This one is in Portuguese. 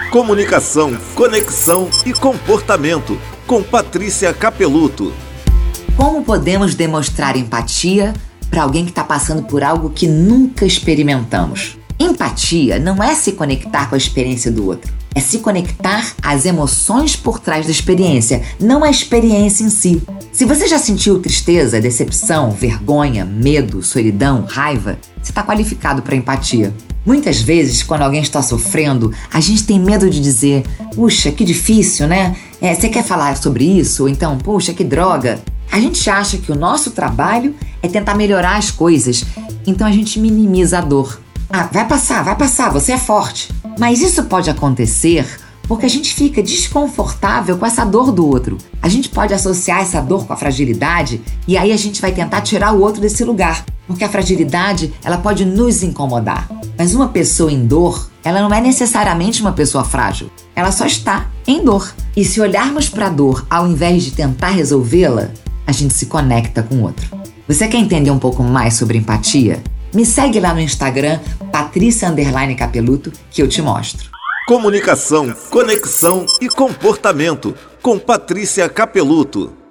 Comunicação, conexão e comportamento, com Patrícia Capeluto. Como podemos demonstrar empatia para alguém que está passando por algo que nunca experimentamos? Empatia não é se conectar com a experiência do outro, é se conectar às emoções por trás da experiência, não a experiência em si. Se você já sentiu tristeza, decepção, vergonha, medo, solidão, raiva, você está qualificado para empatia. Muitas vezes, quando alguém está sofrendo, a gente tem medo de dizer: puxa, que difícil, né? Você quer falar sobre isso? Ou então, puxa, que droga. A gente acha que o nosso trabalho é tentar melhorar as coisas, então a gente minimiza a dor. Ah, vai passar, você é forte. Mas isso pode acontecer porque a gente fica desconfortável com essa dor do outro. A gente pode associar essa dor com a fragilidade e aí a gente vai tentar tirar o outro desse lugar, porque a fragilidade, ela pode nos incomodar. Mas uma pessoa em dor, ela não é necessariamente uma pessoa frágil. Ela só está em dor. E se olharmos para a dor ao invés de tentar resolvê-la, a gente se conecta com o outro. Você quer entender um pouco mais sobre empatia? Me segue lá no Instagram, Patrícia_Capeluto, que eu te mostro. Comunicação, conexão e comportamento, com Patrícia Capeluto.